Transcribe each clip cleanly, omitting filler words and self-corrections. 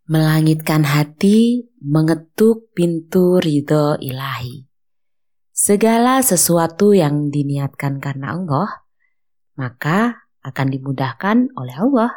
melangitkan hati, mengetuk pintu ridho ilahi. Segala sesuatu yang diniatkan karena Allah, maka akan dimudahkan oleh Allah.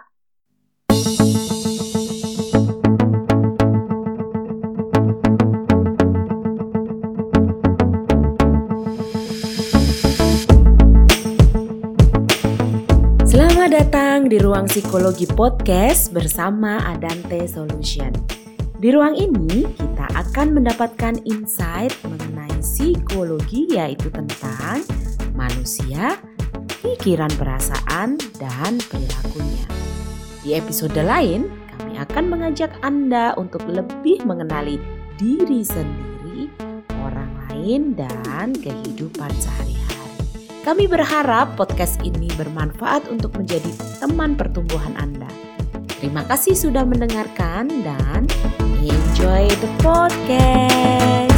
Selamat datang di Ruang Psikologi Podcast bersama Adante Solution. Di ruang ini kita akan mendapatkan insight mengenai psikologi, yaitu tentang manusia, pikiran, perasaan, dan perilakunya. Di episode lain, kami akan mengajak Anda untuk lebih mengenali diri sendiri, orang lain, dan kehidupan sehari-hari. Kami berharap podcast ini bermanfaat untuk menjadi teman pertumbuhan Anda. Terima kasih sudah mendengarkan dan enjoy the podcast.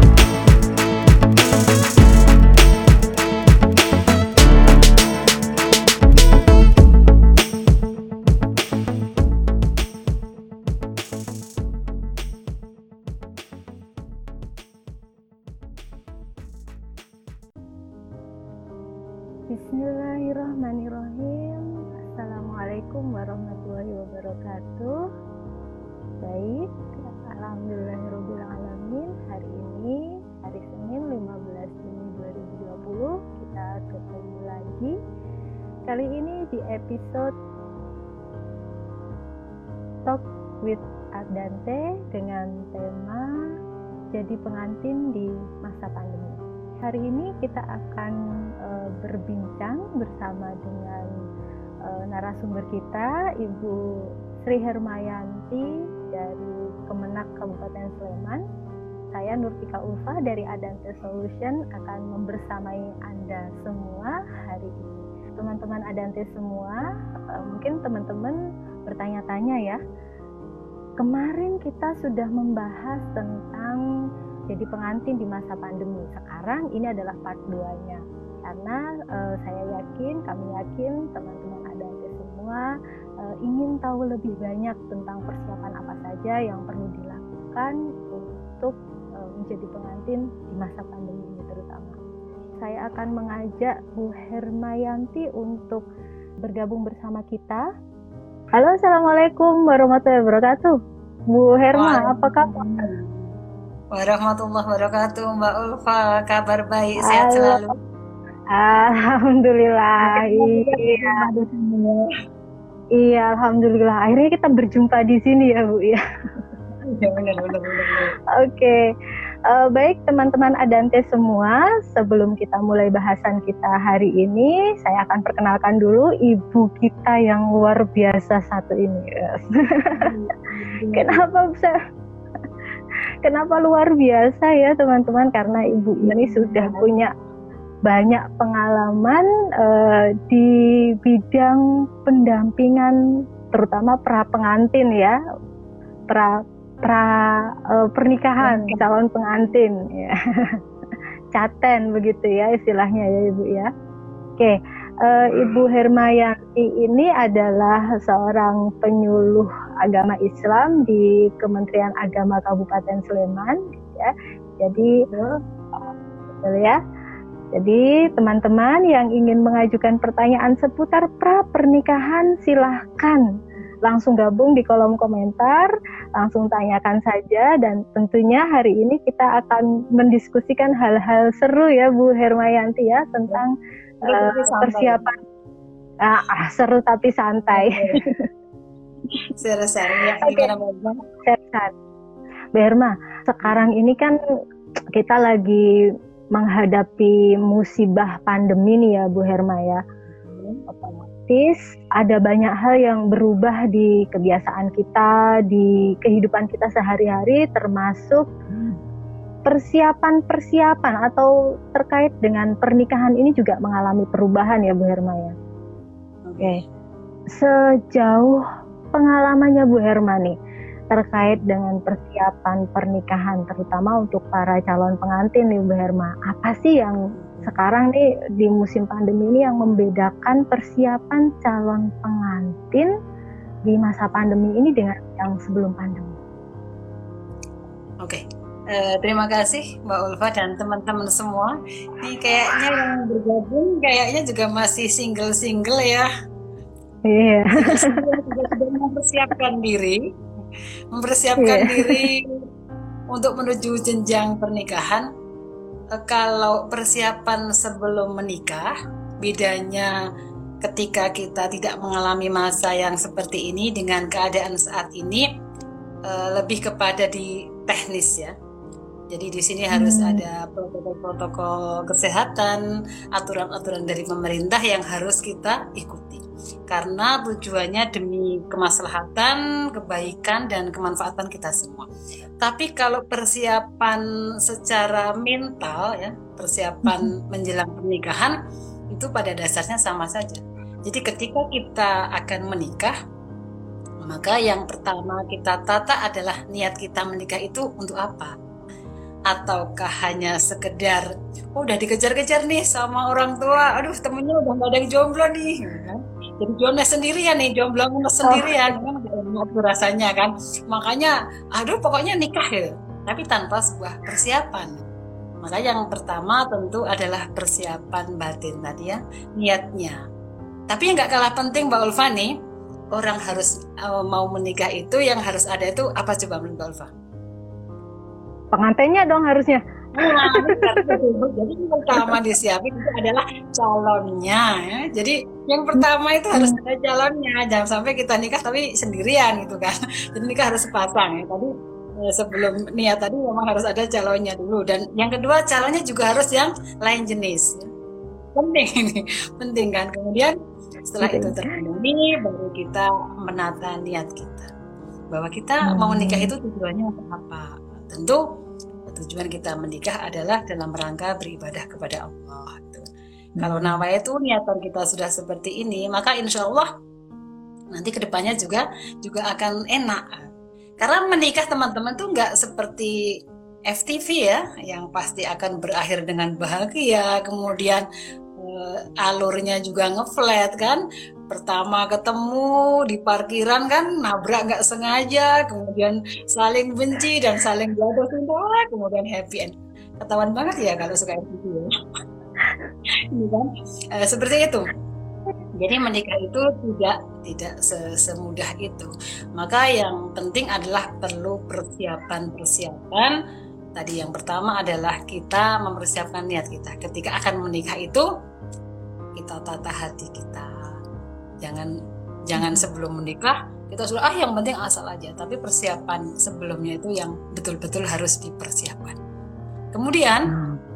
Bismillahirrahmanirrahim. Assalamualaikum warahmatullahi wabarakatuh. Baik, alhamdulillahirrabbilalamin. Hari ini, hari Senin 15 Juni 2020, kita ketemu lagi. Kali ini di episode Talk with Adante dengan tema jadi pengantin di masa pandemi. Hari ini kita akan berbincang bersama dengan narasumber kita, Ibu Sri Hermayanti dari Kemenak Kabupaten Sleman. Saya Nurtika Ulfa dari Adante Solution akan membersamai Anda semua hari ini. Teman-teman Adante semua, mungkin teman-teman bertanya-tanya ya, kemarin kita sudah membahas tentang jadi pengantin di masa pandemi. Sekarang ini adalah part 2-nya. Karena kami yakin teman-teman Adante semua ingin tahu lebih banyak tentang persiapan apa saja yang perlu dilakukan untuk menjadi pengantin di masa pandemi ini terutama. Saya akan mengajak Bu Hermayanti untuk bergabung bersama kita. Halo, Assalamualaikum warahmatullahi wabarakatuh. Bu Herma, apa kabar? Warahmatullahi wabarakatuh, Mbak Ulfa. Kabar baik, sehat selalu. Alhamdulillah. Iya, alhamdulillah. Akhirnya kita berjumpa di sini ya, Bu ya. Ya, benar. Oke. Baik teman-teman Adante semua, sebelum kita mulai bahasan kita hari ini, saya akan perkenalkan dulu ibu kita yang luar biasa satu ini. Kenapa luar biasa ya teman-teman? Karena ibu ini sudah punya banyak pengalaman di bidang pendampingan, terutama pra pengantin ya, pernikahan calon pengantin ya. Caten begitu ya istilahnya ya Ibu ya. Oke, Ibu Hermayanti ini adalah seorang penyuluh agama Islam di Kementerian Agama Kabupaten Sleman ya. Jadi betul ya. Jadi teman-teman yang ingin mengajukan pertanyaan seputar pra pernikahan silahkan langsung gabung di kolom komentar, langsung tanyakan saja, dan tentunya hari ini kita akan mendiskusikan hal-hal seru ya Bu Hermayanti ya tentang persiapan. Seru tapi santai. Seru ya. Gimana Bu Herma, sekarang ini kan kita lagi menghadapi musibah pandemi nih ya Bu Herma ya. Otomatis ada banyak hal yang berubah di kebiasaan kita, di kehidupan kita sehari-hari, termasuk persiapan atau terkait dengan pernikahan ini juga mengalami perubahan ya Bu Herma ya. Oke. Sejauh pengalamannya Bu Herma nih terkait dengan persiapan pernikahan, terutama untuk para calon pengantin nih Bu Herma, apa sih yang sekarang nih di musim pandemi ini yang membedakan persiapan calon pengantin di masa pandemi ini dengan yang sebelum pandemi? Oke. Terima kasih Mbak Ulfa dan teman-teman semua. Ini kayaknya yang bergabung kayaknya juga masih single-single ya. Iya. Sudah mempersiapkan diri untuk menuju jenjang pernikahan. Kalau persiapan sebelum menikah, bedanya ketika kita tidak mengalami masa yang seperti ini dengan keadaan saat ini, lebih kepada di teknis ya. Jadi di sini harus ada protokol-protokol kesehatan, aturan-aturan dari pemerintah yang harus kita ikuti. Karena tujuannya demi kemaslahatan, kebaikan, dan kemanfaatan kita semua. Tapi kalau persiapan secara mental ya, persiapan menjelang pernikahan itu pada dasarnya sama saja. Jadi ketika kita akan menikah, maka yang pertama kita tata adalah niat kita menikah itu untuk apa? Ataukah hanya sekedar udah dikejar-kejar nih sama orang tua, aduh temennya udah gak ada yang jomblo nih kan? Jadi jomblo sendirian nih, jomblo sendirian kan enak rasanya kan, makanya aduh pokoknya nikah ya, tapi tanpa sebuah persiapan. Maka yang pertama tentu adalah persiapan batin tadi ya, niatnya. Tapi yang gak kalah penting Mbak Ulfa nih, orang harus mau menikah itu yang harus ada itu apa coba menurut Mbak Ulfa? Pengantinnya dong harusnya. Nah, jadi yang pertama disiapin itu adalah calonnya ya. Jadi yang pertama itu harus ada calonnya. Jangan sampai kita nikah tapi sendirian gitu kan. Jadi nikah harus sepasang ya. Tadi sebelum niat tadi memang harus ada calonnya dulu. Dan yang kedua calonnya juga harus yang lain jenis ya. Penting ini, penting kan. Kemudian setelah itu terpenuhi baru kita menata niat kita. Bahwa kita mau nikah itu tujuannya untuk apa? Tentu tujuan kita menikah adalah dalam rangka beribadah kepada Allah. Kalau nawai itu niatan kita sudah seperti ini, maka insya Allah nanti kedepannya juga akan enak. Karena menikah teman-teman tuh nggak seperti FTV ya, yang pasti akan berakhir dengan bahagia, kemudian alurnya juga ngeflat kan. Pertama ketemu di parkiran kan nabrak nggak sengaja, kemudian saling benci dan saling jatuh cinta, kemudian happy end. Ketahuan banget ya kalau suka FTV ya. Ini kan seperti itu. Jadi menikah itu tidak semudah itu. Maka yang penting adalah perlu persiapan. Tadi yang pertama adalah kita mempersiapkan niat kita. Ketika akan menikah itu kita tata hati kita. Jangan sebelum menikah kita sudah yang penting asal aja, tapi persiapan sebelumnya itu yang betul-betul harus dipersiapkan. Kemudian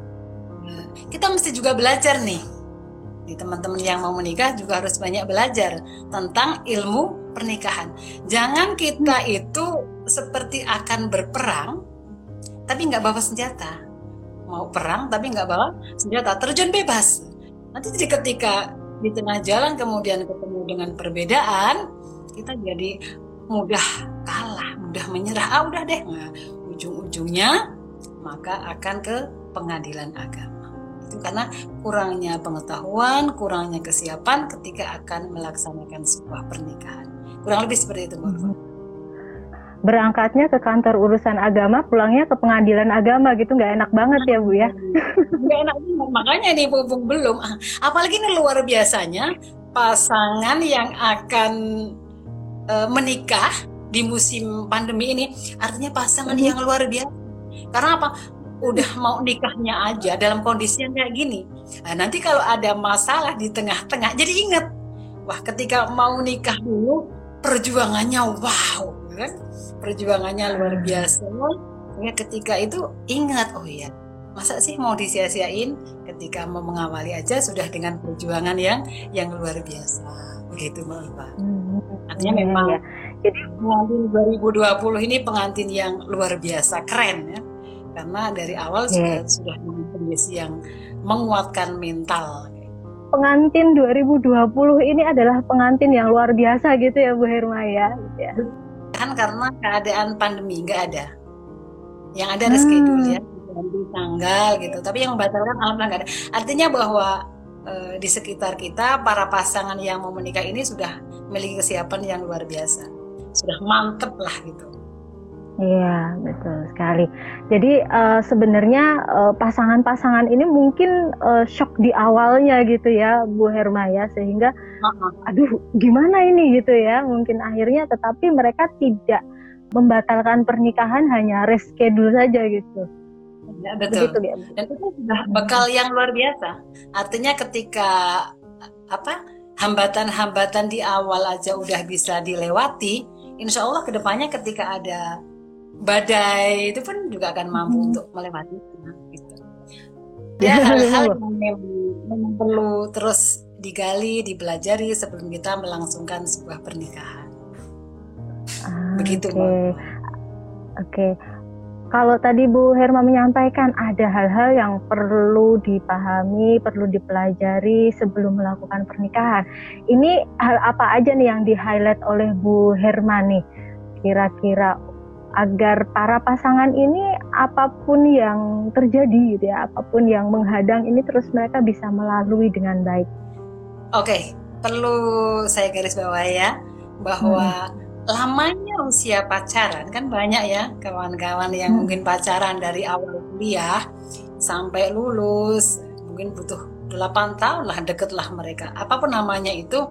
kita mesti juga belajar nih, teman-teman yang mau menikah juga harus banyak belajar tentang ilmu pernikahan. Jangan kita itu seperti akan berperang tapi nggak bawa senjata, mau perang tapi nggak bawa senjata, terjun bebas. Nanti ketika di tengah jalan kemudian ketemu dengan perbedaan, kita jadi mudah kalah, mudah menyerah. Udah deh, nah, ujung-ujungnya maka akan ke pengadilan agama. Itu karena kurangnya pengetahuan, kurangnya kesiapan ketika akan melaksanakan sebuah pernikahan. Kurang lebih seperti itu, Mbak. Berangkatnya ke kantor urusan agama, pulangnya ke pengadilan agama gitu, nggak enak banget ya Bu ya? Nggak enak banget, makanya ini mumpung belum. Apalagi ini luar biasanya pasangan yang akan menikah di musim pandemi ini, artinya pasangan yang luar biasa. Karena apa? Udah mau nikahnya aja dalam kondisi yang kayak gini. Nah, nanti kalau ada masalah di tengah-tengah, jadi ingat, wah ketika mau nikah dulu perjuangannya wow, kan? Perjuangannya luar biasa. Ya, ketika itu ingat, oh iya, masa sih mau disia-siain? Ketika mau mengawali aja sudah dengan perjuangan yang luar biasa. Begitu Mbak Ulfa. Artinya memang ya. Jadi pengantin 2020 ini pengantin yang luar biasa, keren ya. Karena dari awal sudah dengan kondisi yang menguatkan mental. Pengantin 2020 ini adalah pengantin yang luar biasa gitu ya Bu Herma ya. Kan karena keadaan pandemi nggak ada, yang ada reschedule ya, ganti tanggal gitu. Tapi yang membatalkan alhamdulillah nggak ada. Artinya bahwa di sekitar kita para pasangan yang mau menikah ini sudah memiliki kesiapan yang luar biasa, sudah mantep lah gitu. Iya, betul sekali. Jadi sebenarnya pasangan-pasangan ini mungkin shock di awalnya gitu ya, Bu Herma ya, sehingga aduh gimana ini gitu ya, mungkin akhirnya tetapi mereka tidak membatalkan pernikahan, hanya reschedule saja gitu. Ya, betul. Begitu ya. Dan itu sudah bekal yang luar biasa. Artinya ketika hambatan-hambatan di awal aja udah bisa dilewati, insya Allah kedepannya ketika ada badai itu pun juga akan mampu untuk melewati gitu. Ya, hal-hal yang memang perlu terus digali, dipelajari sebelum kita melangsungkan sebuah pernikahan. Begitu, Mbak. Oke. Kalau tadi Bu Herma menyampaikan ada hal-hal yang perlu dipahami, perlu dipelajari sebelum melakukan pernikahan. Ini hal apa aja nih yang di-highlight oleh Bu Herma nih? Kira-kira agar para pasangan ini apapun yang terjadi gitu ya, apapun yang menghadang ini terus mereka bisa melalui dengan baik. Oke, perlu saya garis bawahi ya bahwa lamanya usia pacaran kan banyak ya kawan-kawan yang mungkin pacaran dari awal kuliah sampai lulus mungkin butuh 8 tahun lah, deket lah mereka. Apapun namanya itu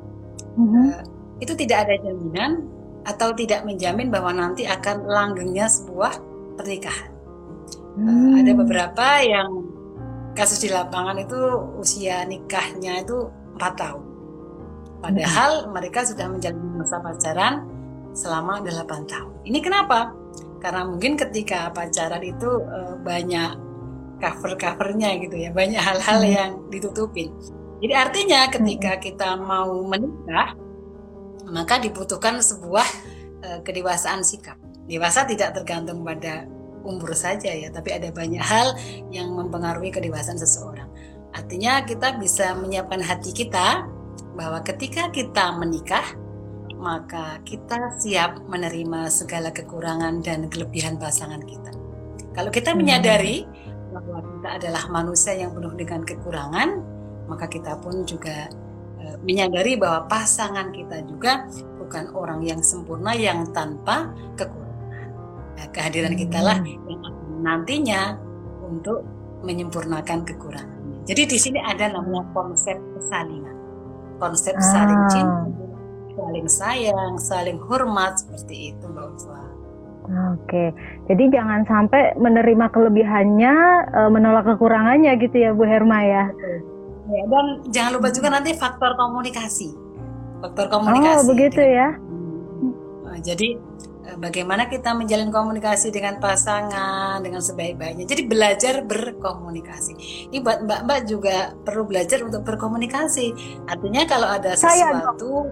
tidak ada jaminan atau tidak menjamin bahwa nanti akan langgengnya sebuah pernikahan. Ada beberapa yang kasus di lapangan itu usia nikahnya itu 4 tahun. Padahal mereka sudah menjalani masa pacaran selama 8 tahun. Ini kenapa? Karena mungkin ketika pacaran itu banyak cover-covernya gitu ya, banyak hal-hal yang ditutupin. Jadi artinya ketika kita mau menikah, maka dibutuhkan sebuah kedewasaan sikap. Dewasa tidak tergantung pada umur saja ya, tapi ada banyak hal yang mempengaruhi kedewasaan seseorang. Artinya kita bisa menyiapkan hati kita bahwa ketika kita menikah, maka kita siap menerima segala kekurangan dan kelebihan pasangan kita. Kalau kita menyadari bahwa kita adalah manusia yang penuh dengan kekurangan, maka kita pun juga menyadari bahwa pasangan kita juga bukan orang yang sempurna yang tanpa kekurangan. Nah, kehadiran kita lah yang nantinya untuk menyempurnakan kekurangannya. Jadi di sini ada namanya konsep kesalingan, konsep saling cinta, saling sayang, saling hormat, seperti itu Mbak Ulfa. Oke, jadi jangan sampai menerima kelebihannya, menolak kekurangannya gitu ya Bu Herma ya. Ya, dan jangan lupa juga nanti faktor komunikasi. Faktor komunikasi. Oh, begitu ya. Jadi bagaimana kita menjalin komunikasi dengan pasangan dengan sebaik-baiknya. Jadi belajar berkomunikasi. Ini buat Mbak-mbak juga perlu belajar untuk berkomunikasi. Artinya kalau ada sesuatu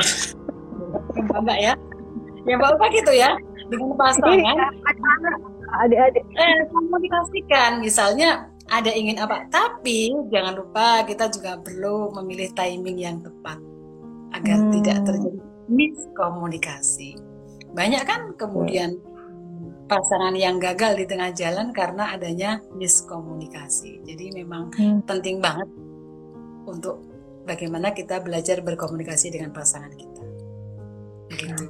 Mbak ya. Ya Mbak gitu ya. Dengan pasangan adik-adik komunikasikan, misalnya ada ingin apa, tapi jangan lupa kita juga perlu memilih timing yang tepat agar tidak terjadi miskomunikasi. Banyak kan kemudian pasangan yang gagal di tengah jalan karena adanya miskomunikasi. Jadi memang penting banget untuk bagaimana kita belajar berkomunikasi dengan pasangan kita. Begitu.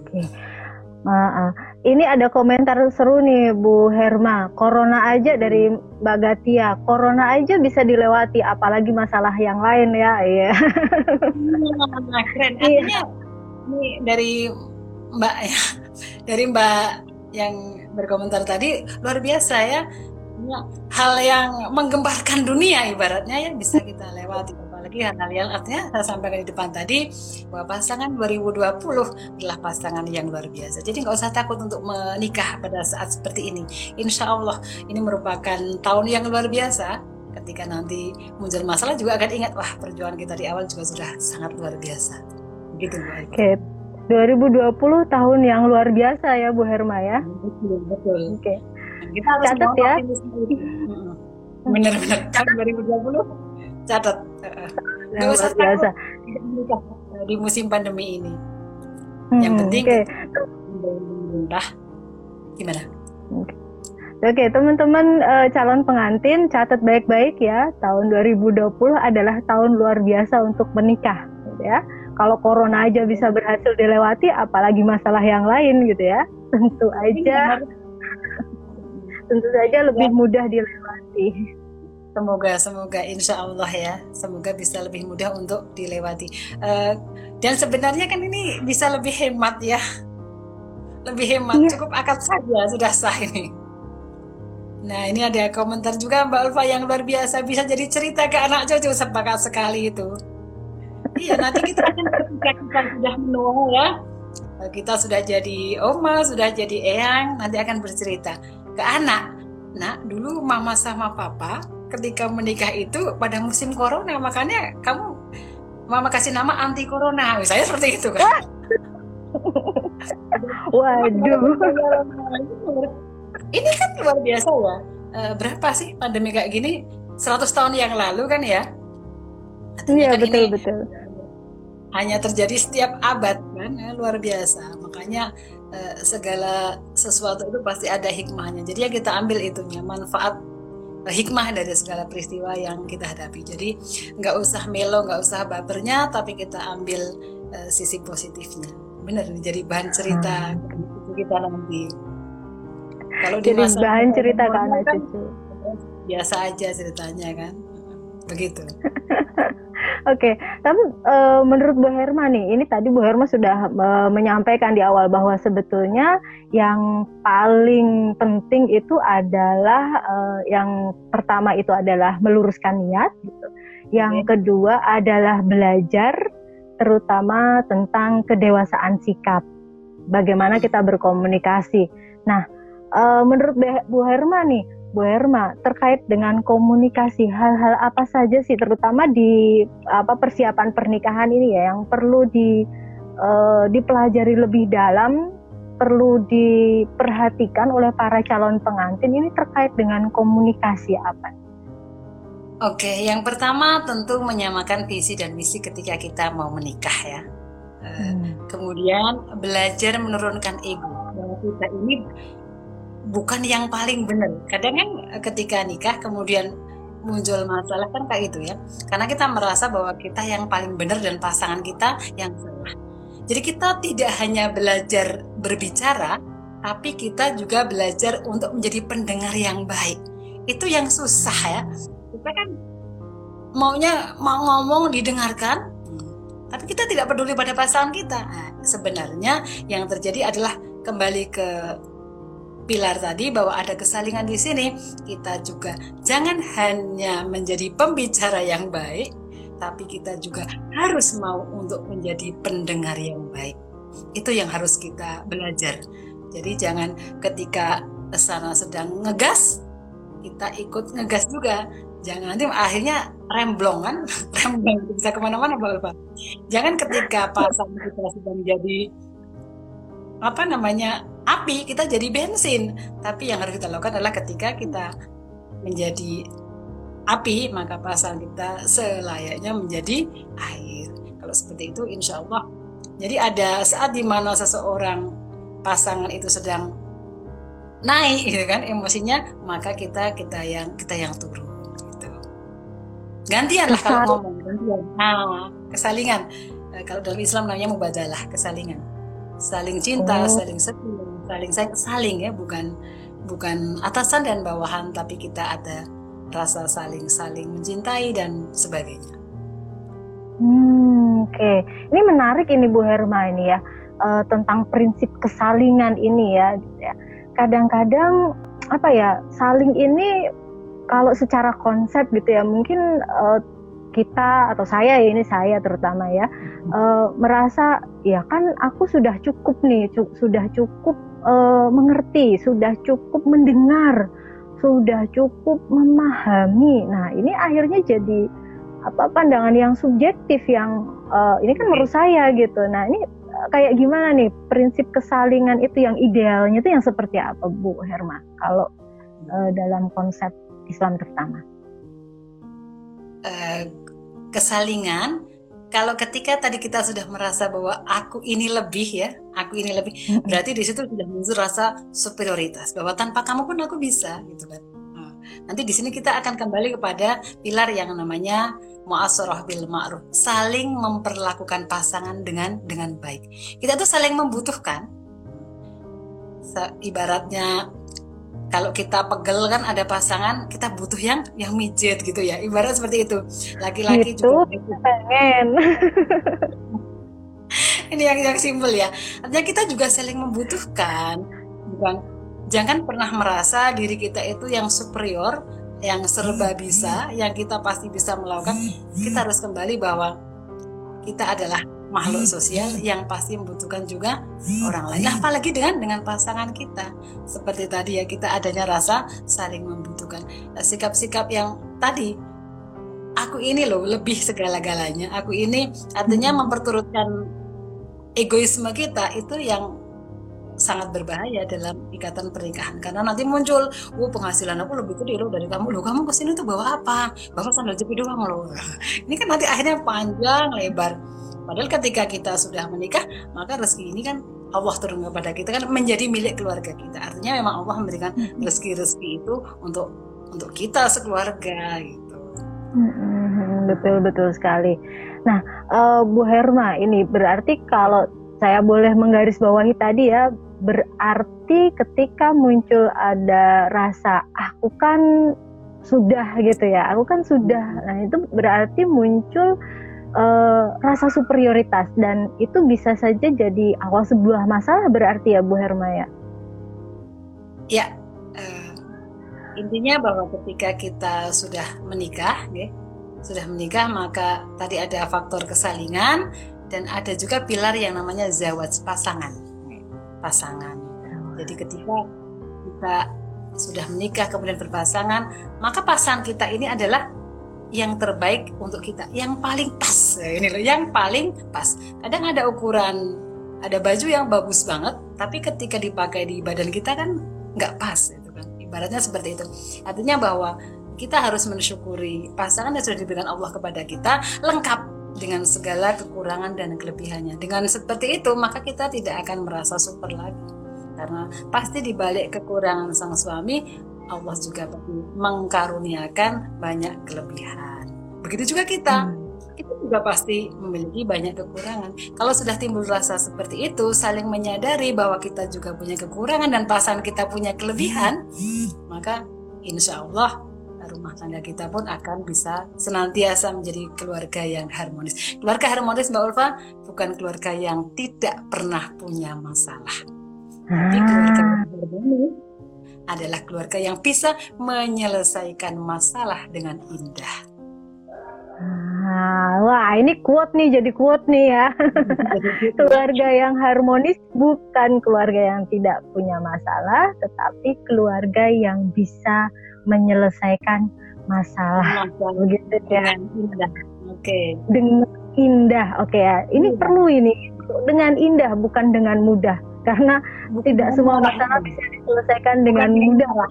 Ini ada komentar seru nih Bu Herma. Corona aja dari Mbak Gatia. Corona aja bisa dilewati, apalagi masalah yang lain ya. Iya. Keren. Artinya ini dari Mbak ya, dari Mbak yang berkomentar tadi luar biasa ya. Hal yang menggemparkan dunia ibaratnya yang bisa kita lewati. Apalagi hal-hal yang artinya saya sampaikan di depan tadi bahwa pasangan 2020 adalah pasangan yang luar biasa. Jadi nggak usah takut untuk menikah pada saat seperti ini. Insya Allah ini merupakan tahun yang luar biasa. Ketika nanti muncul masalah juga akan ingat, wah perjuangan kita di awal juga sudah sangat luar biasa. Begitu Bu. Oke, 2020 tahun yang luar biasa ya Bu Herma ya. Betul. Oke. Kita harus catat ya. Benar-benar tahun 2020 catat. Nggak usah takut di musim pandemi ini. Yang penting pemerintah gimana? Oke, teman-teman calon pengantin catat baik-baik ya. Tahun 2020 adalah tahun luar biasa untuk menikah, gitu ya. Kalau corona aja bisa berhasil dilewati, apalagi masalah yang lain gitu ya. Tentu aja tentu saja lebih mudah dilewati. Semoga insya Allah ya, semoga bisa lebih mudah untuk dilewati. Dan sebenarnya kan ini bisa lebih hemat ya, lebih hemat, cukup akad saja sudah sah ini. Nah ini ada komentar juga Mbak Ulfa yang luar biasa, bisa jadi cerita ke anak cucu, sepakat sekali itu. Iya, nanti kita akan ketika kita sudah menua ya, kita sudah jadi oma, sudah jadi eyang, nanti akan bercerita ke anak. Nah dulu mama sama papa ketika menikah itu pada musim corona, makanya mama kasih nama anti corona, misalnya seperti itu kan. Waduh. Ini kan luar biasa ya. Berapa sih pandemi kayak gini? 100 tahun yang lalu kan ya? Iya, betul. Hanya terjadi setiap abad kan, luar biasa. Makanya segala sesuatu itu pasti ada hikmahnya. Jadi ya kita ambil itunya, manfaat hikmah dari segala peristiwa yang kita hadapi. Jadi nggak usah melo, nggak usah bapernya, tapi kita ambil sisi positifnya. Benar, jadi bahan cerita kita nanti. Kalau jadi bahan cerita ke anak cucu. Biasa aja ceritanya kan, begitu. Oke, tapi menurut Bu Herma nih, ini tadi Bu Herma sudah menyampaikan di awal bahwa sebetulnya yang paling penting itu adalah yang pertama itu adalah meluruskan niat, gitu. Yang kedua adalah belajar, terutama tentang kedewasaan sikap, bagaimana kita berkomunikasi. Nah, menurut Bu Herma nih, Bu Herma, terkait dengan komunikasi, hal-hal apa saja sih, terutama di persiapan pernikahan ini ya, yang perlu dipelajari lebih dalam, perlu diperhatikan oleh para calon pengantin, ini terkait dengan komunikasi apa? Oke, yang pertama tentu menyamakan visi dan misi ketika kita mau menikah ya. Kemudian belajar menurunkan ego. Bahwa kita ini bukan yang paling benar. Kadang kan ketika nikah kemudian muncul masalah kan kayak itu ya. Karena kita merasa bahwa kita yang paling benar dan pasangan kita yang salah. Jadi kita tidak hanya belajar berbicara, tapi kita juga belajar untuk menjadi pendengar yang baik. Itu yang susah ya. Kita kan mau ngomong didengarkan, tapi kita tidak peduli pada pasangan kita. Nah, sebenarnya yang terjadi adalah kembali ke pilar tadi bahwa ada kesalingan di sini. Kita juga jangan hanya menjadi pembicara yang baik, tapi kita juga harus mau untuk menjadi pendengar yang baik. Itu yang harus kita belajar. Jadi jangan ketika sana sedang ngegas, kita ikut ngegas juga. Jangan nanti akhirnya remblong bisa kemana-mana Bapak. Jangan ketika pasangan kita sedang jadi api, kita jadi bensin. Tapi yang harus kita lakukan adalah ketika kita menjadi api, maka pasangan kita selayaknya menjadi air. Kalau seperti itu insya Allah. Jadi ada saat di mana seseorang pasangan itu sedang naik gitu kan emosinya, maka kita yang turun gitu. Gantian lah kalau ngomong, gantian. Nah, kesalingan. Kalau dalam Islam namanya mubadalah, kesalingan. Saling cinta, saling setia, saling ya, bukan atasan dan bawahan, tapi kita ada rasa saling mencintai dan sebagainya. Oke. Ini menarik ini Bu Herma ini ya, tentang prinsip kesalingan ini ya, gitu ya. Kadang-kadang saling ini kalau secara konsep gitu ya, mungkin kita atau saya terutama ya, merasa ya kan aku sudah cukup nih, sudah cukup mengerti, sudah cukup mendengar, sudah cukup memahami. Nah ini akhirnya jadi pandangan yang subjektif yang ini kan menurut saya gitu. Nah ini kayak gimana nih prinsip kesalingan itu yang idealnya itu yang seperti apa Bu Herma kalau dalam konsep Islam terutama? Kesalingan kalau ketika tadi kita sudah merasa bahwa aku ini lebih, berarti di situ sudah muncul rasa superioritas bahwa tanpa kamu pun aku bisa gitu kan. Nanti di sini kita akan kembali kepada pilar yang namanya mu'asharah bil ma'ruf, saling memperlakukan pasangan dengan baik. Kita tuh saling membutuhkan. Ibaratnya kalau kita pegel kan ada pasangan, kita butuh yang mijet gitu ya. Ibarat seperti itu. Laki-laki Gitu, juga pengen. ini yang simpel ya. Artinya kita juga saling membutuhkan. Bukan, jangan pernah merasa diri kita itu yang superior, yang serba bisa, yang kita pasti bisa melakukan. Kita harus kembali bahwa kita adalah makhluk sosial yang pasti membutuhkan juga orang lain. Nah, apalagi dengan pasangan kita. Seperti tadi ya, kita adanya rasa saling membutuhkan. Nah, sikap-sikap yang tadi, aku ini loh lebih segala-galanya. Aku ini artinya memperturutkan egoisme kita, itu yang sangat berbahaya dalam ikatan pernikahan. Karena nanti muncul, penghasilan aku lebih gede loh dari kamu. Loh, kamu kesini tuh bawa apa? Bawa sandal jepit doang loh. Ini kan nanti akhirnya panjang lebar. Padahal ketika kita sudah menikah, maka rezeki ini kan Allah turun kepada kita, kan menjadi milik keluarga kita. Artinya memang Allah memberikan rezeki itu untuk kita sekeluarga gitu. Betul sekali. Nah, Bu Herma, ini berarti kalau saya boleh menggarisbawahi tadi ya, berarti ketika muncul ada rasa aku kan sudah gitu ya, aku kan sudah. Nah, itu berarti muncul rasa superioritas, dan itu bisa saja jadi awal sebuah masalah berarti ya Bu Herma ya? Ya, intinya bahwa ketika kita sudah menikah, maka tadi ada faktor kesalingan dan ada juga pilar yang namanya zawaj, pasangan. Jadi ketika kita sudah menikah kemudian berpasangan, maka pasangan kita ini adalah yang terbaik untuk kita, yang paling pas. Ini loh, yang paling pas. Kadang ada ukuran, ada baju yang bagus banget, tapi ketika dipakai di badan kita kan nggak pas, itu kan. Ibaratnya seperti itu. Artinya bahwa kita harus mensyukuri pasangan yang sudah diberikan Allah kepada kita, lengkap dengan segala kekurangan dan kelebihannya. Dengan seperti itu, maka kita tidak akan merasa super lagi. Karena pasti di balik kekurangan sang suami, Allah juga mengkaruniakan banyak kelebihan. Begitu juga kita juga pasti memiliki banyak kekurangan. Kalau sudah timbul rasa seperti itu, saling menyadari bahwa kita juga punya kekurangan dan pasangan kita punya kelebihan, maka insya Allah rumah tangga kita pun akan bisa senantiasa menjadi keluarga yang harmonis. Keluarga harmonis, Mbak Ulfa, bukan keluarga yang tidak pernah punya masalah. Tapi keluarga harmonis adalah keluarga yang bisa menyelesaikan masalah dengan indah. Wah, ini jadi quote nih ya. Keluarga yang harmonis bukan keluarga yang tidak punya masalah, tetapi keluarga yang bisa menyelesaikan masalah. Begitu ya. Dengan indah. Oke ya. Ini perlu ini dengan indah, bukan dengan mudah. Karena tidak semua masalah bisa diselesaikan dengan mudah lah.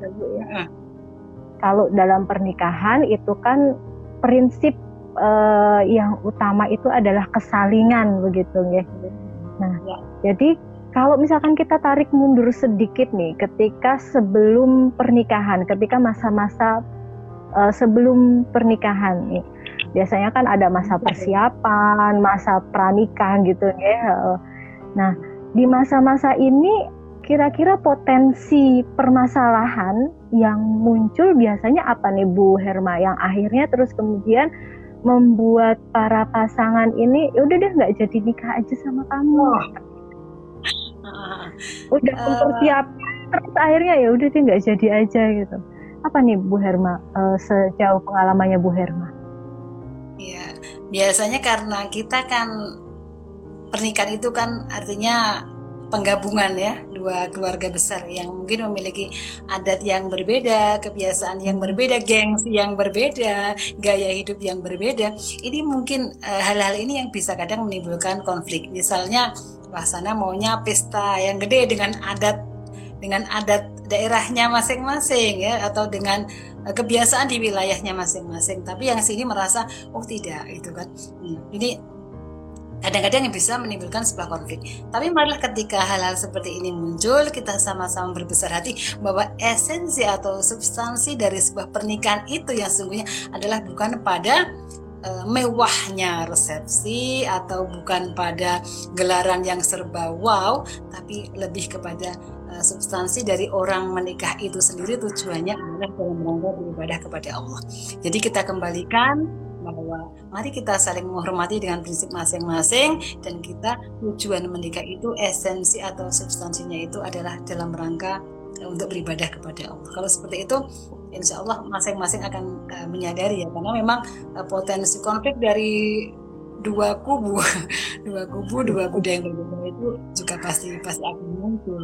Kalau dalam pernikahan itu kan prinsip yang utama itu adalah kesalingan, begitu ya. Nah, jadi kalau misalkan kita tarik mundur sedikit nih, ketika sebelum pernikahan, ketika masa-masa sebelum pernikahan nih, biasanya kan ada masa persiapan, masa pranikah gitu ya. Nah, di masa-masa ini kira-kira potensi permasalahan yang muncul biasanya apa nih Bu Herma, yang akhirnya terus kemudian membuat para pasangan ini udah deh nggak jadi nikah aja sama kamu. Udah mempersiapkan terus akhirnya ya udah deh nggak jadi aja gitu. Apa nih Bu Herma, sejauh pengalamannya Bu Herma? Ya, biasanya karena kita kan pernikahan itu kan artinya penggabungan ya, dua keluarga besar yang mungkin memiliki adat yang berbeda, kebiasaan yang berbeda, gengsi yang berbeda, gaya hidup yang berbeda. Ini mungkin hal-hal ini yang bisa kadang menimbulkan konflik. Misalnya Wasana maunya pesta yang gede dengan adat daerahnya masing-masing ya, atau dengan kebiasaan di wilayahnya masing-masing. Tapi yang sini merasa tidak itu kan. Ini kadang-kadang yang bisa menimbulkan sebuah konflik. Tapi marilah ketika hal-hal seperti ini muncul, kita sama-sama berbesar hati bahwa esensi atau substansi dari sebuah pernikahan itu yang sesungguhnya adalah bukan pada mewahnya resepsi atau bukan pada gelaran yang serba wow, tapi lebih kepada substansi dari orang menikah itu sendiri. Tujuannya adalah dalam rangka beribadah kepada Allah. Jadi kita kembalikan bahwa mari kita saling menghormati dengan prinsip masing-masing, dan kita tujuan menikah itu esensi atau substansinya itu adalah dalam rangka untuk beribadah kepada Allah. Kalau seperti itu, insya Allah masing-masing akan menyadari ya, karena memang potensi konflik dari dua kubu yang berbeda itu juga pasti akan muncul.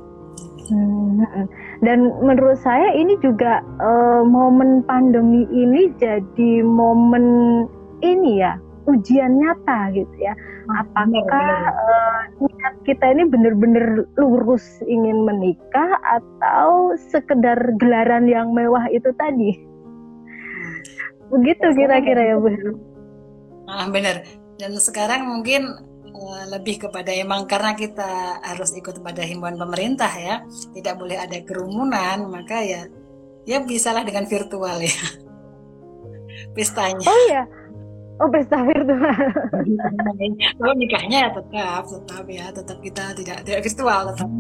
Dan menurut saya ini juga momen pandemi ini jadi momen ini ya, ujian nyata gitu ya. Apakah niat kita ini benar-benar lurus ingin menikah atau sekedar gelaran yang mewah itu tadi? Begitu kira-kira ya Bu. Benar. Dan sekarang mungkin lebih kepada emang karena kita harus ikut pada himbauan pemerintah ya, tidak boleh ada kerumunan, maka ya bisalah dengan virtual ya pestanya. Oh iya. Oh, pesta virtual. Kalau nikahnya tetap kita tidak virtual, tetap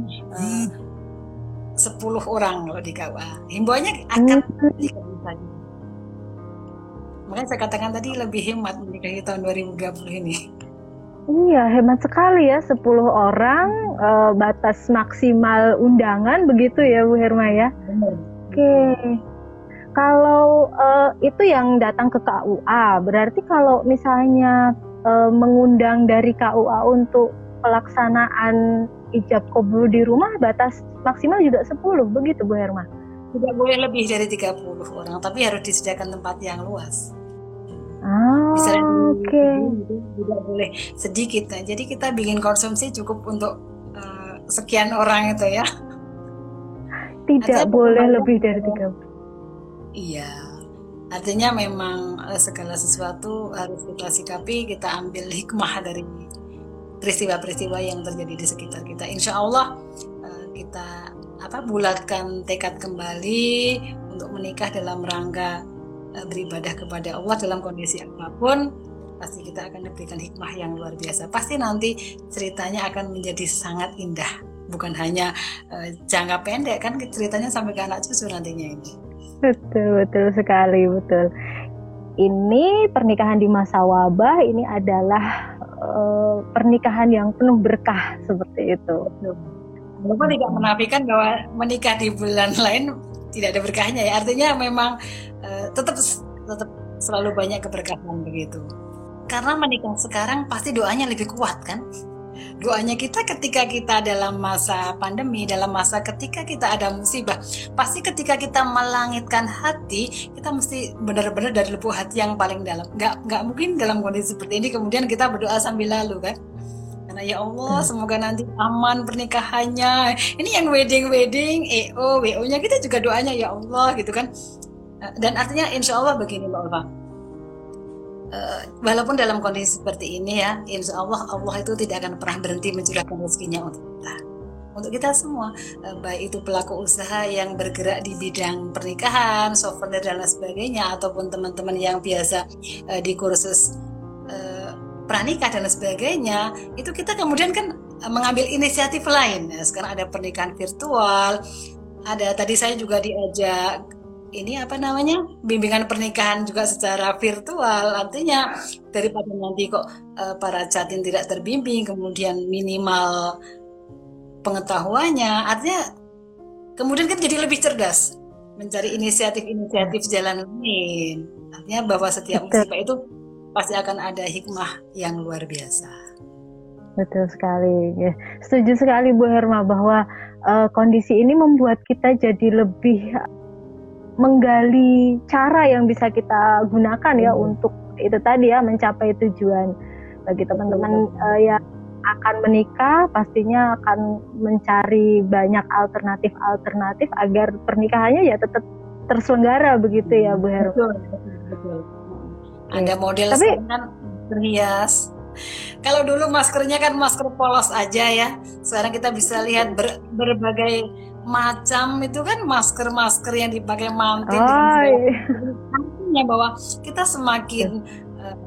10 orang kalau di KUA. Himbauannya akan jika bisa. Makanya saya katakan tadi lebih hemat menikahi tahun 2020 ini. Iya, hemat sekali ya, 10 orang, batas maksimal undangan begitu ya Bu Herma ya. Oke. Kalau itu yang datang ke KUA, berarti kalau misalnya mengundang dari KUA untuk pelaksanaan ijab kabul di rumah, batas maksimal juga 10, begitu Bu Herma? Tidak boleh lebih dari 30 orang, tapi harus disediakan tempat yang luas. Tidak boleh sedikit. Nah, jadi kita bikin konsumsi cukup untuk sekian orang itu ya. Tidak boleh lebih dari 30. Iya, artinya memang segala sesuatu harus kita sikapi, kita ambil hikmah dari peristiwa-peristiwa yang terjadi di sekitar kita. Insya Allah kita bulatkan tekad kembali untuk menikah dalam rangka beribadah kepada Allah dalam kondisi apapun. Pasti kita akan diberikan hikmah yang luar biasa. Pasti nanti ceritanya akan menjadi sangat indah, bukan hanya jangka pendek kan, ceritanya sampai ke anak cucu nantinya ini. Betul sekali, betul. Ini pernikahan di masa wabah, ini adalah pernikahan yang penuh berkah seperti itu. Walaupun tidak menafikan bahwa menikah di bulan lain tidak ada berkahnya ya. Artinya memang tetap selalu banyak keberkahan begitu. Karena menikah sekarang pasti doanya lebih kuat kan. Doanya kita ketika kita dalam masa pandemi, dalam masa ketika kita ada musibah, pasti ketika kita melangitkan hati, kita mesti benar-benar dari lubuk hati yang paling dalam. Nggak mungkin dalam kondisi seperti ini kemudian kita berdoa sambil lalu kan. Karena ya Allah, semoga nanti aman pernikahannya. Ini yang wedding, WO-nya kita juga doanya ya Allah gitu kan. Dan artinya insya Allah begini Mbak Ulfa. Walaupun dalam kondisi seperti ini ya, insya Allah itu tidak akan pernah berhenti mencurahkan rezekinya untuk kita semua, baik itu pelaku usaha yang bergerak di bidang pernikahan, souvenir dan lain sebagainya, ataupun teman-teman yang biasa di kursus pranikah dan lain sebagainya. Itu kita kemudian kan mengambil inisiatif lain. Sekarang ada pernikahan virtual, ada tadi saya juga diajak bimbingan pernikahan juga secara virtual. Artinya daripada nanti kok para catin tidak terbimbing, kemudian minimal pengetahuannya, artinya kemudian kan jadi lebih cerdas mencari inisiatif jalan lain. Artinya bahwa setiap musibah itu pasti akan ada hikmah yang luar biasa. Betul sekali, ya. Setuju sekali Bu Herma bahwa kondisi ini membuat kita jadi lebih menggali cara yang bisa kita gunakan ya untuk itu tadi ya, mencapai tujuan. Bagi teman-teman yang akan menikah pastinya akan mencari banyak alternatif agar pernikahannya ya tetap terselenggara begitu ya Bu Herma. Betul. Ada model sekarang berhias. Kalau dulu maskernya kan masker polos aja ya, sekarang kita bisa lihat berbagai macam itu kan masker yang dipakai mantin. Artinya bahwa kita semakin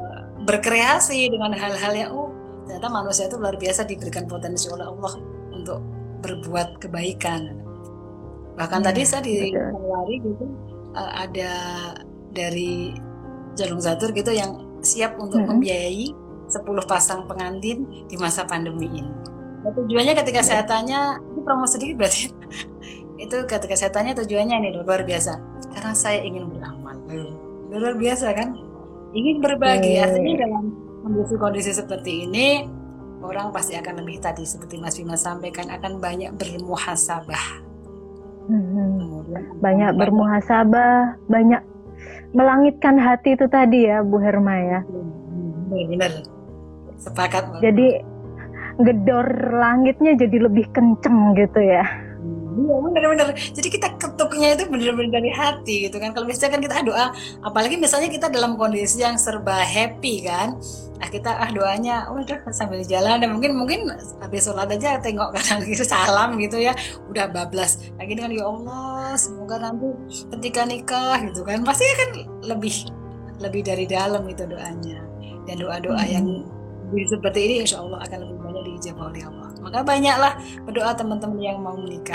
berkreasi dengan hal-hal yang ternyata manusia itu luar biasa, diberikan potensi oleh Allah untuk berbuat kebaikan. Bahkan tadi saya ditawari gitu, ada dari Jalung Zatur gitu yang siap untuk membiayai 10 pasang pengantin di masa pandemi ini. Nah, tujuannya ketika saya tanya, itu promo sedikit berarti itu ketika saya tanya tujuannya ini luar biasa, karena saya ingin beramal. Luar biasa kan, ingin berbagi. Artinya dalam kondisi seperti ini, orang pasti akan lebih, tadi seperti Mas Bima sampaikan, akan banyak bermuhasabah. Banyak bermuhasabah, banyak melangitkan hati itu tadi ya Bu Herma ya. Benar, sepakat. Jadi gedor langitnya jadi lebih kenceng gitu ya. Iya, benar-benar. Jadi kita ketuknya itu benar-benar dari hati gitu kan. Kalau misalnya kan kita doa, apalagi misalnya kita dalam kondisi yang serba happy kan, nah kita doanya udah sambil jalan, dan mungkin habis sholat aja tengok kanan kiri salam gitu ya, udah bablas lagi dengan ya Allah, semoga nanti ketika nikah gitu kan pasti kan lebih dari dalam itu doanya. Dan doa-doa yang seperti ini insya Allah akan lebih banyak diijabah oleh Allah. Maka banyaklah berdoa teman-teman yang mau menikah.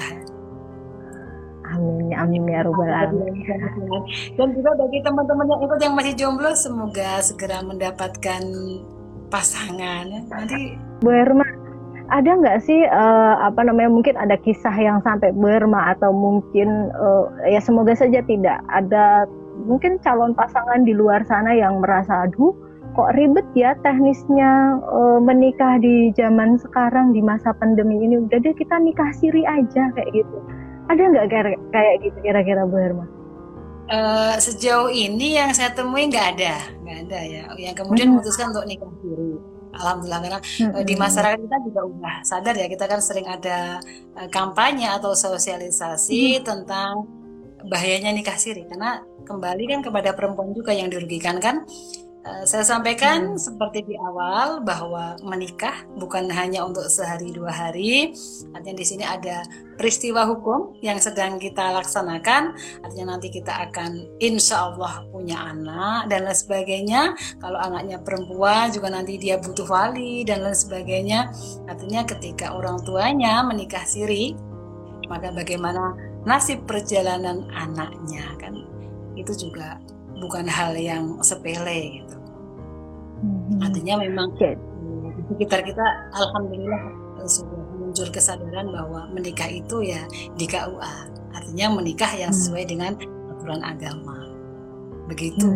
Amin ya Rabbal Alamin. Dan juga bagi teman-teman yang ikut yang masih jomblo, semoga segera mendapatkan pasangan. Nanti Bu Herma, ada nggak sih mungkin ada kisah yang sampai Bu Herma, atau mungkin ya semoga saja tidak ada, mungkin calon pasangan di luar sana yang merasa aduh kok ribet ya teknisnya menikah di zaman sekarang di masa pandemi ini, udah deh kita nikah siri aja kayak gitu. Ada nggak kayak gitu kira-kira Bu Herma? Sejauh ini yang saya temui nggak ada ya yang kemudian memutuskan untuk nikah siri. Alhamdulillah, karena di masyarakat kita juga udah sadar ya, kita kan sering ada kampanye atau sosialisasi tentang bahayanya nikah siri, karena kembali kan kepada perempuan juga yang dirugikan kan. Saya sampaikan seperti di awal bahwa menikah bukan hanya untuk sehari 2 hari, artinya di sini ada peristiwa hukum yang sedang kita laksanakan, artinya nanti kita akan insya Allah punya anak dan lain sebagainya. Kalau anaknya perempuan juga nanti dia butuh wali dan lain sebagainya. Artinya ketika orang tuanya menikah siri, maka bagaimana nasib perjalanan anaknya kan, itu juga bukan hal yang sepele gitu. Artinya memang di sekitar kita alhamdulillah sudah muncul kesadaran bahwa menikah itu ya di KUA, artinya menikah yang sesuai dengan aturan agama. Begitu.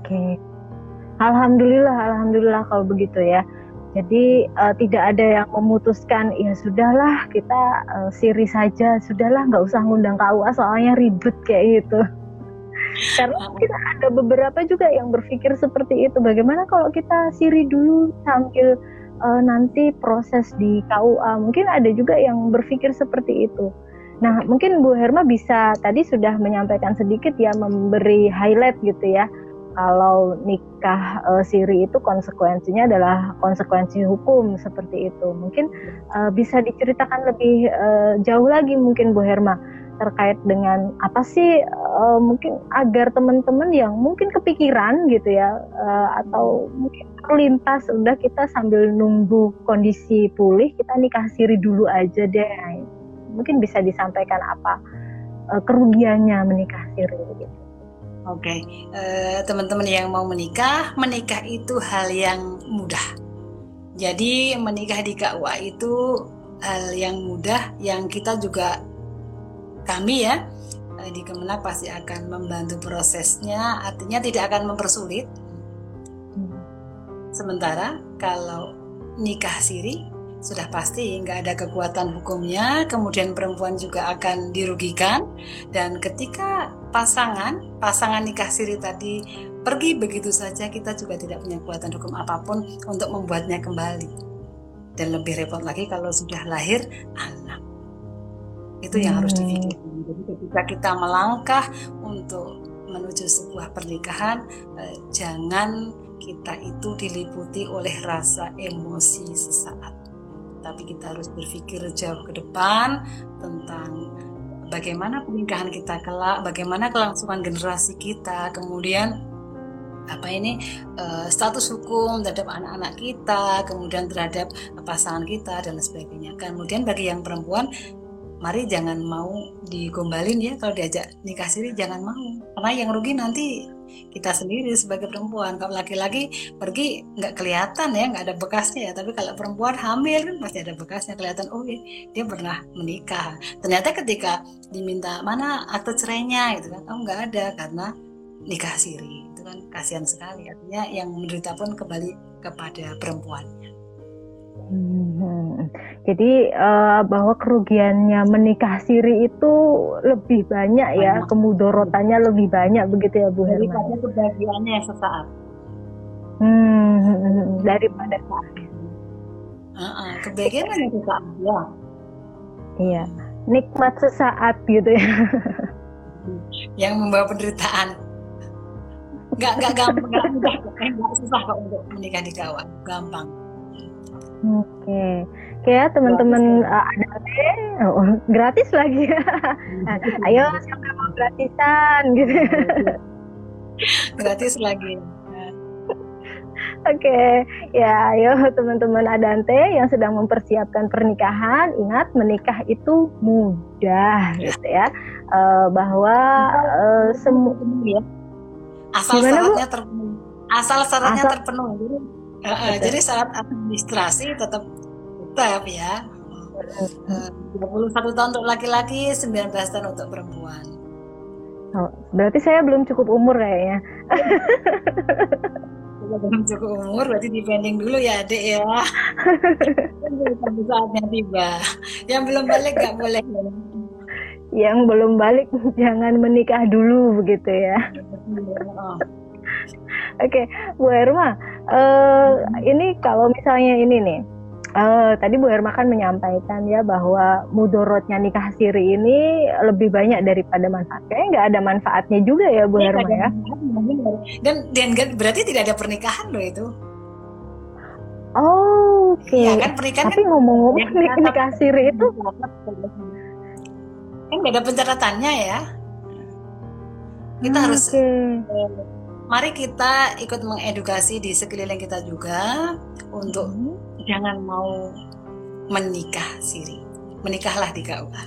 Alhamdulillah kalau begitu ya. Jadi tidak ada yang memutuskan ya sudahlah kita siri saja, sudahlah nggak usah ngundang KUA soalnya ribet kayak gitu. Karena kita ada beberapa juga yang berpikir seperti itu. Bagaimana kalau kita siri dulu sambil nanti proses di KUA? Mungkin ada juga yang berpikir seperti itu. Nah, mungkin Bu Herma bisa tadi sudah menyampaikan sedikit ya, memberi highlight gitu ya. Kalau nikah siri itu konsekuensinya adalah konsekuensi hukum seperti itu. Mungkin bisa diceritakan lebih jauh lagi mungkin Bu Herma terkait dengan apa sih mungkin agar teman-teman yang mungkin kepikiran gitu ya atau mungkin terlintas udah kita sambil nunggu kondisi pulih kita nikah siri dulu aja deh, mungkin bisa disampaikan apa kerugiannya menikah siri gitu. Oke, teman-teman yang mau menikah itu hal yang mudah. Jadi menikah di KUA itu hal yang mudah, yang kita juga kami ya di Kemenak pasti akan membantu prosesnya, artinya tidak akan mempersulit. Sementara kalau nikah siri sudah pasti nggak ada kekuatan hukumnya, kemudian perempuan juga akan dirugikan, dan ketika pasangan nikah siri tadi pergi begitu saja, kita juga tidak punya kekuatan hukum apapun untuk membuatnya kembali. Dan lebih repot lagi kalau sudah lahir anak. Itu yang harus dipikirkan. Jadi ketika kita melangkah untuk menuju sebuah pernikahan, jangan kita itu diliputi oleh rasa emosi sesaat. Tapi kita harus berpikir jauh ke depan tentang bagaimana pernikahan kita kelak, bagaimana kelangsungan generasi kita, kemudian status hukum terhadap anak-anak kita, kemudian terhadap pasangan kita dan sebagainya. Kemudian bagi yang perempuan, mari jangan mau digombalin ya, kalau diajak nikah siri jangan mau, karena yang rugi nanti kita sendiri sebagai perempuan. Kalau laki-laki pergi nggak kelihatan ya, nggak ada bekasnya ya, tapi kalau perempuan hamil kan pasti ada bekasnya, kelihatan oh dia pernah menikah. Ternyata ketika diminta mana akte cerainya gitu kan, oh nggak ada karena nikah siri. Itu kan kasihan sekali, artinya yang menderita pun kembali kepada perempuannya. Jadi bahwa kerugiannya menikah siri itu lebih banyak ya, kemudorotannya lebih banyak begitu ya Bu Herma? Daripada kebahagiaannya sesaat. Daripada kebahagiaannya sesaat ya. Iya, nikmat sesaat gitu ya. Yang membawa penderitaan. Nggak gampang, nggak mudah, nggak susah kok untuk menikah di KUA, gampang. Oke ya teman-teman ada gratis lagi. Ayo siapa mau gratisan gitu. Gratis lagi. Oke, ya ayo teman-teman Adante yang sedang mempersiapkan pernikahan, ingat menikah itu mudah gitu ya. Bahwa semua asal syaratnya terpenuhi. Asal syaratnya terpenuhi. Jadi syarat administrasi tetap ya. 21 tahun untuk laki-laki, 19 tahun untuk perempuan. Oh, berarti saya belum cukup umur kayaknya. Belum cukup umur, berarti dipending dulu ya adik ya. Sampai saatnya tiba. Yang belum balik nggak boleh. Yang belum balik jangan menikah dulu begitu ya. Oke, Bu Herma, ini kalau misalnya ini nih, tadi Bu Herma kan menyampaikan ya bahwa mudorotnya nikah siri ini lebih banyak daripada manfaatnya. Nggak ada manfaatnya juga ya Bu Herma ya? Dan berarti tidak ada pernikahan loh itu. Oh, oke. Ya, kan pernikahan. Tapi ngomong-ngomong nikah siri itu kan nggak ada pencatatannya ya. Kita harus. Mari kita ikut mengedukasi di sekeliling kita juga untuk jangan mau menikah siri. Menikahlah di KUA.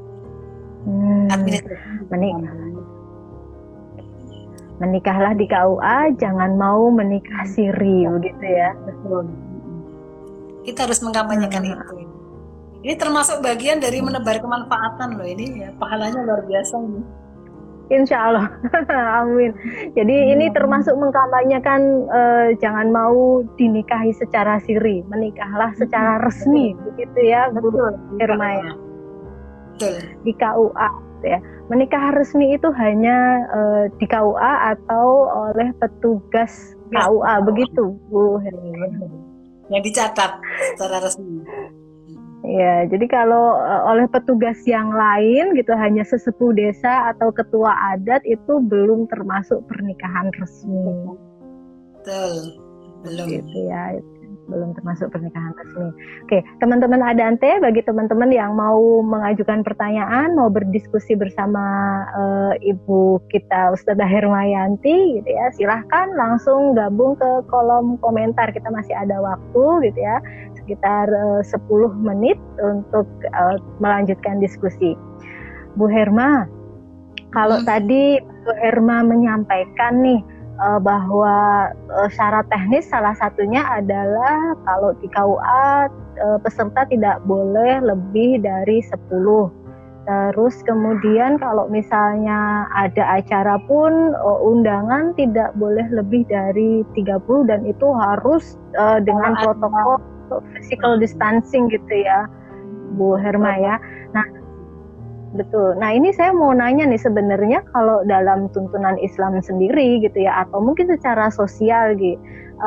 Menikahlah di KUA, jangan mau menikah siri begitu ya. Betul. Kita harus mengkampanyekan itu. Ini termasuk bagian dari menebar kemanfaatan loh ini ya. Pahalanya luar biasa ini. Insya Allah, amin. Jadi ini termasuk mengkampanyekan jangan mau dinikahi secara siri, menikahlah secara resmi, begitu ya, Bu Herma ya. Betul. Di KUA, ya. Menikah resmi itu hanya di KUA atau oleh petugas KUA, begitu, Bu Herma. Yang dicatat secara resmi. Ya, jadi kalau oleh petugas yang lain gitu hanya sesepuh desa atau ketua adat itu belum termasuk pernikahan resmi. Betul, belum. Gitu ya, belum termasuk pernikahan resmi. Oke, teman-teman Adante, bagi teman-teman yang mau mengajukan pertanyaan, mau berdiskusi bersama Ibu kita Ustadzah Hermayanti, gitu ya, silahkan langsung gabung ke kolom komentar. Kita masih ada waktu, gitu ya. Sekitar 10 menit untuk melanjutkan diskusi. Bu Herma, kalau tadi Bu Herma menyampaikan nih bahwa syarat teknis salah satunya adalah kalau di KUA peserta tidak boleh lebih dari 10. Terus kemudian kalau misalnya ada acara pun undangan tidak boleh lebih dari 30 dan itu harus dengan protokol physical distancing gitu ya, Bu Herma ya. Nah, betul. Nah, ini saya mau nanya nih, sebenarnya kalau dalam tuntunan Islam sendiri gitu ya, atau mungkin secara sosial gitu,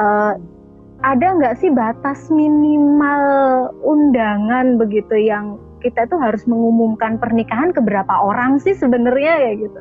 ada nggak sih batas minimal undangan begitu yang kita tuh harus mengumumkan pernikahan ke berapa orang sih sebenarnya ya gitu?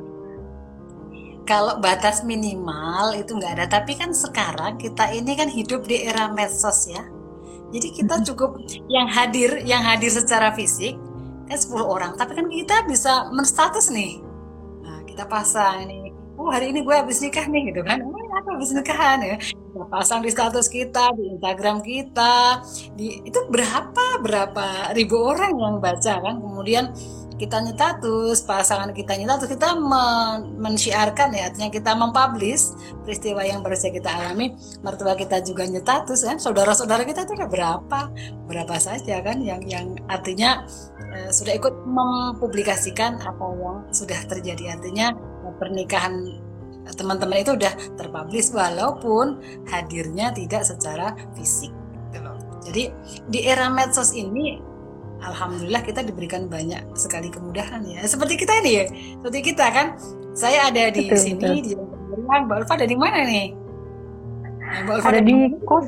Kalau batas minimal itu nggak ada, tapi kan sekarang kita ini kan hidup di era medsos ya. Jadi kita cukup yang hadir secara fisik kan 10 orang, tapi kan kita bisa menstatus nih. Nah, kita pasang nih, hari ini gue habis nikah nih gitu kan. apa habis nikahan ya. Kita pasang di status kita, di Instagram kita, itu berapa ribu orang yang baca kan. Kemudian kita nyetatus, pasangan kita nyetatus, kita men-syiarkan ya, artinya kita mempublish peristiwa yang baru saja kita alami, mertua kita juga nyetatus kan, saudara-saudara kita itu ada berapa saja kan yang artinya sudah ikut mempublikasikan apa yang sudah terjadi, artinya pernikahan teman-teman itu udah terpublish walaupun hadirnya tidak secara fisik gitu loh. Jadi di era medsos ini alhamdulillah kita diberikan banyak sekali kemudahan ya. Seperti kita ini ya. Seperti kita kan. Saya ada di sini di Mbak Ulfa ada di mana nih? Mbak Ulfa ada di kos.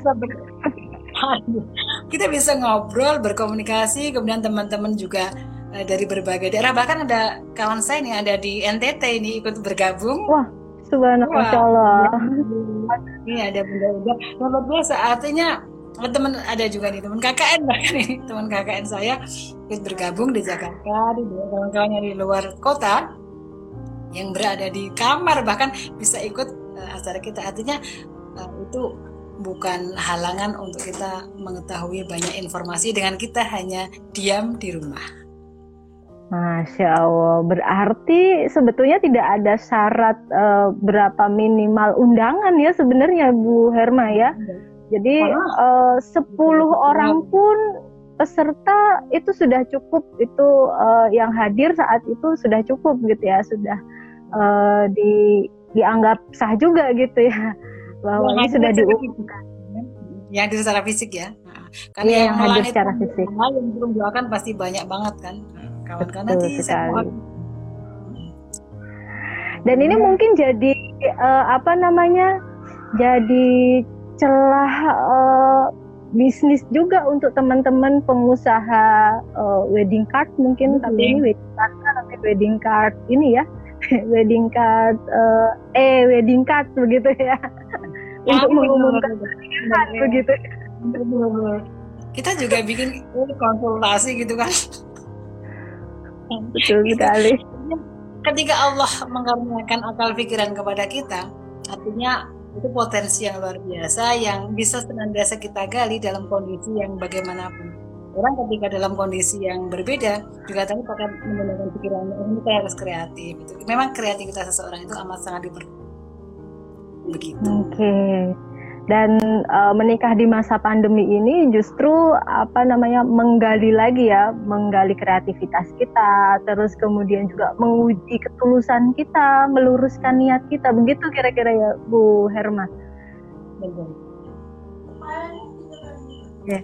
Kita bisa ngobrol, berkomunikasi, kemudian teman-teman juga dari berbagai daerah. Bahkan ada kawan saya nih ada di NTT ini ikut bergabung. Wah, subhanallah, Masya Allah. Ini ada bunda-bunda. Luar biasa, artinya teman-teman ada juga nih teman KKN bahkan ini teman KKN saya ikut bergabung di Jakarta, di kawan-kawannya di luar kota yang berada di kamar bahkan bisa ikut acara kita, artinya itu bukan halangan untuk kita mengetahui banyak informasi dengan kita hanya diam di rumah. Masya Allah, berarti sebetulnya tidak ada syarat berapa minimal undangan ya sebenarnya Bu Herma ya. Jadi 10 orang pun peserta itu sudah cukup, itu yang hadir saat itu sudah cukup gitu ya, sudah dianggap sah juga gitu ya, bahwa ini sudah diumumkan. Yang hadir secara fisik ya, karena yang hadir secara fisik. Yang belum doakan pasti banyak banget kan, kawan-kawan nanti saya. Dan ini mungkin jadi jadi celah bisnis juga untuk teman-teman pengusaha wedding card mungkin, tapi ini wedding card ini ya, wedding card wedding card begitu ya, untuk mengumumkan pernikahan begitu. Kita juga bikin konsultasi gitu kan. Betul sekali. Ketika Allah mengaruniakan akal pikiran kepada kita, artinya itu potensi yang luar biasa yang bisa senantiasa kita gali dalam kondisi yang bagaimanapun. Orang ketika dalam kondisi yang berbeda juga tadi akan menggunakan pikirannya, ini kita harus kreatif. Gitu. Memang kreativitas seseorang itu amat sangat diperlukan. Begitu. Oke. Dan menikah di masa pandemi ini justru menggali lagi ya, menggali kreativitas kita, terus kemudian juga menguji ketulusan kita, meluruskan niat kita, begitu kira-kira ya Bu Herma. Betul. Ya.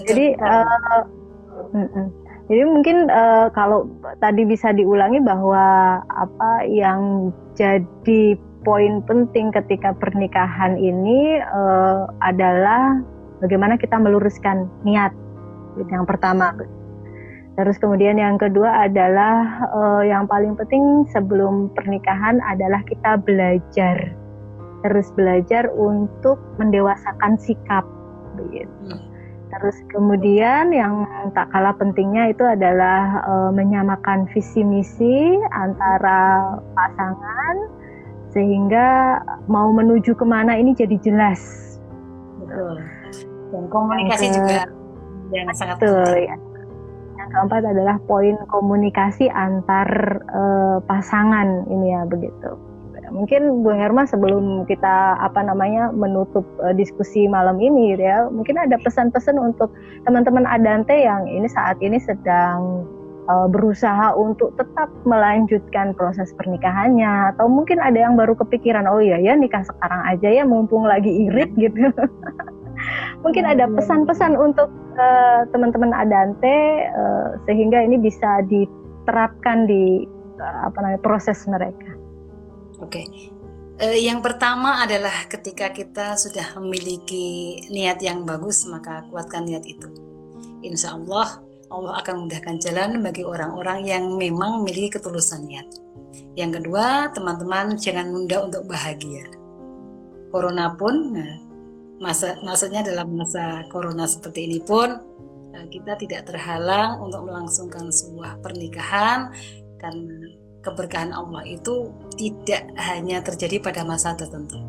Jadi mungkin kalau tadi bisa diulangi bahwa apa yang jadi poin penting ketika pernikahan ini adalah bagaimana kita meluruskan niat, yang pertama. Terus kemudian yang kedua adalah yang paling penting sebelum pernikahan adalah kita belajar, terus belajar untuk mendewasakan sikap, begitu. Terus kemudian yang tak kalah pentingnya itu adalah menyamakan visi misi antara pasangan, sehingga mau menuju kemana ini jadi jelas. Betul. Dan komunikasi juga yang sangat penting. Ya. Yang keempat adalah poin komunikasi antar pasangan ini ya, begitu. Mungkin Bu Herma sebelum kita menutup diskusi malam ini ya, mungkin ada pesan-pesan untuk teman-teman Adante yang ini saat ini sedang berusaha untuk tetap melanjutkan proses pernikahannya, atau mungkin ada yang baru kepikiran, oh iya ya nikah sekarang aja ya mumpung lagi irit gitu. Mungkin ada pesan-pesan untuk teman-teman Adante sehingga ini bisa diterapkan di proses mereka. Oke. Yang pertama adalah ketika kita sudah memiliki niat yang bagus, maka kuatkan niat itu. Insya Allah akan memudahkan jalan bagi orang-orang yang memang memiliki ketulusan niat. Yang kedua, teman-teman jangan menunda untuk bahagia. Corona pun, maksudnya dalam masa corona seperti ini pun, kita tidak terhalang untuk melangsungkan sebuah pernikahan, karena keberkahan Allah itu tidak hanya terjadi pada masa tertentu.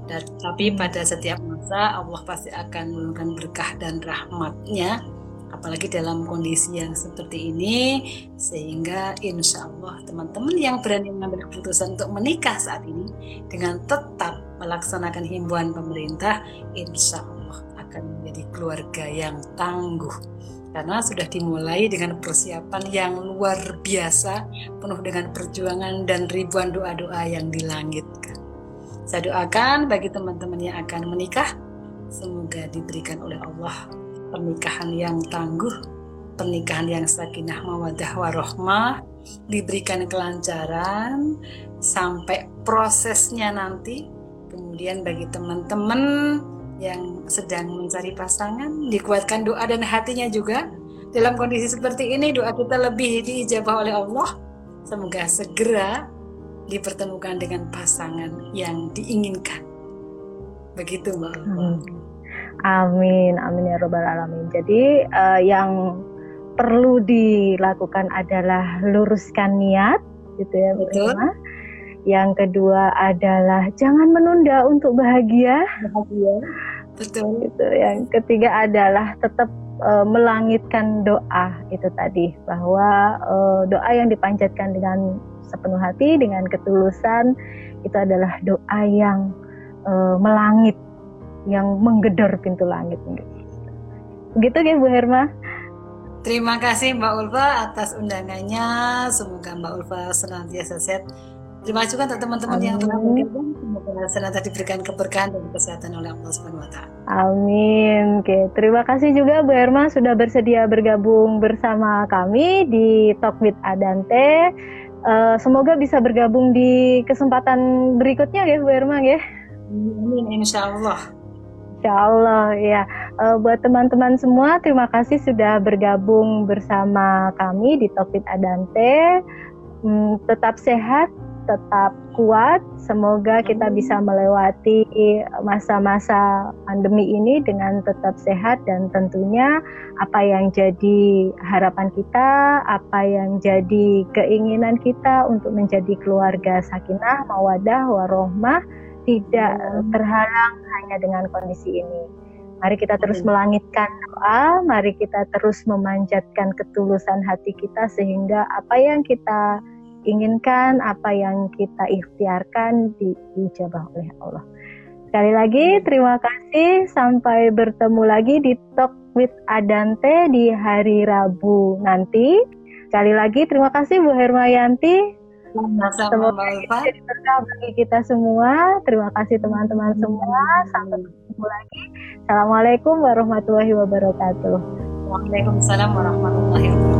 Tapi pada setiap masa Allah pasti akan menurunkan berkah dan rahmat-Nya, apalagi dalam kondisi yang seperti ini, sehingga insya Allah teman-teman yang berani mengambil keputusan untuk menikah saat ini dengan tetap melaksanakan himbauan pemerintah, insya Allah akan menjadi keluarga yang tangguh, karena sudah dimulai dengan persiapan yang luar biasa, penuh dengan perjuangan dan ribuan doa-doa yang dilangitkan. Saya doakan bagi teman-teman yang akan menikah, semoga diberikan oleh Allah pernikahan yang tangguh, pernikahan yang sakinah mawaddah warohmah, diberikan kelancaran sampai prosesnya nanti. Kemudian bagi teman-teman yang sedang mencari pasangan, dikuatkan doa dan hatinya juga. Dalam kondisi seperti ini, doa kita lebih diijabah oleh Allah. Semoga segera dipertemukan dengan pasangan yang diinginkan. Begitu Mbak Ulfa. Amin, amin ya robbal alamin. Jadi yang perlu dilakukan adalah luruskan niat, gitu ya Bu Irma. Yang kedua adalah jangan menunda untuk bahagia. Betul. Gitu. Yang ketiga adalah tetap melangitkan doa itu tadi, bahwa doa yang dipanjatkan dengan sepenuh hati, dengan ketulusan, itu adalah doa yang melangit, yang menggedor pintu langit. Begitu ya Bu Herma. Terima kasih Mbak Ulfa atas undangannya. Semoga Mbak Ulfa senantiasa sehat. Terima kasih juga untuk teman-teman yang telah bergabung. Semoga senantiasa diberikan keberkahan dan kesehatan oleh Allah Subhanahu wa Ta'ala. Amin. Oke, terima kasih juga Bu Herma sudah bersedia bergabung bersama kami di Talk with Adante. Semoga bisa bergabung di kesempatan berikutnya ya Bu Herma ya. Amin, insya Allah. Insya Allah ya. Buat teman-teman semua, terima kasih sudah bergabung bersama kami di Talk with Adante. Tetap sehat, tetap kuat. Semoga kita bisa melewati masa-masa pandemi ini dengan tetap sehat, dan tentunya apa yang jadi harapan kita, apa yang jadi keinginan kita untuk menjadi keluarga sakinah, mawaddah, warohmah tidak terhalang hanya dengan kondisi ini. Mari kita terus melangitkan doa, mari kita terus memanjatkan ketulusan hati kita, sehingga apa yang kita inginkan, apa yang kita ikhtiarkan diijabah oleh Allah. Sekali lagi terima kasih, sampai bertemu lagi di Talk with Adante di hari Rabu nanti. Sekali lagi terima kasih Bu Hermayanti. Semoga jadi berkah bagi kita semua. Terima kasih teman-teman semua. Sampai bertemu lagi. Assalamualaikum warahmatullahi wabarakatuh. Waalaikumsalam warahmatullahi wabarakatuh.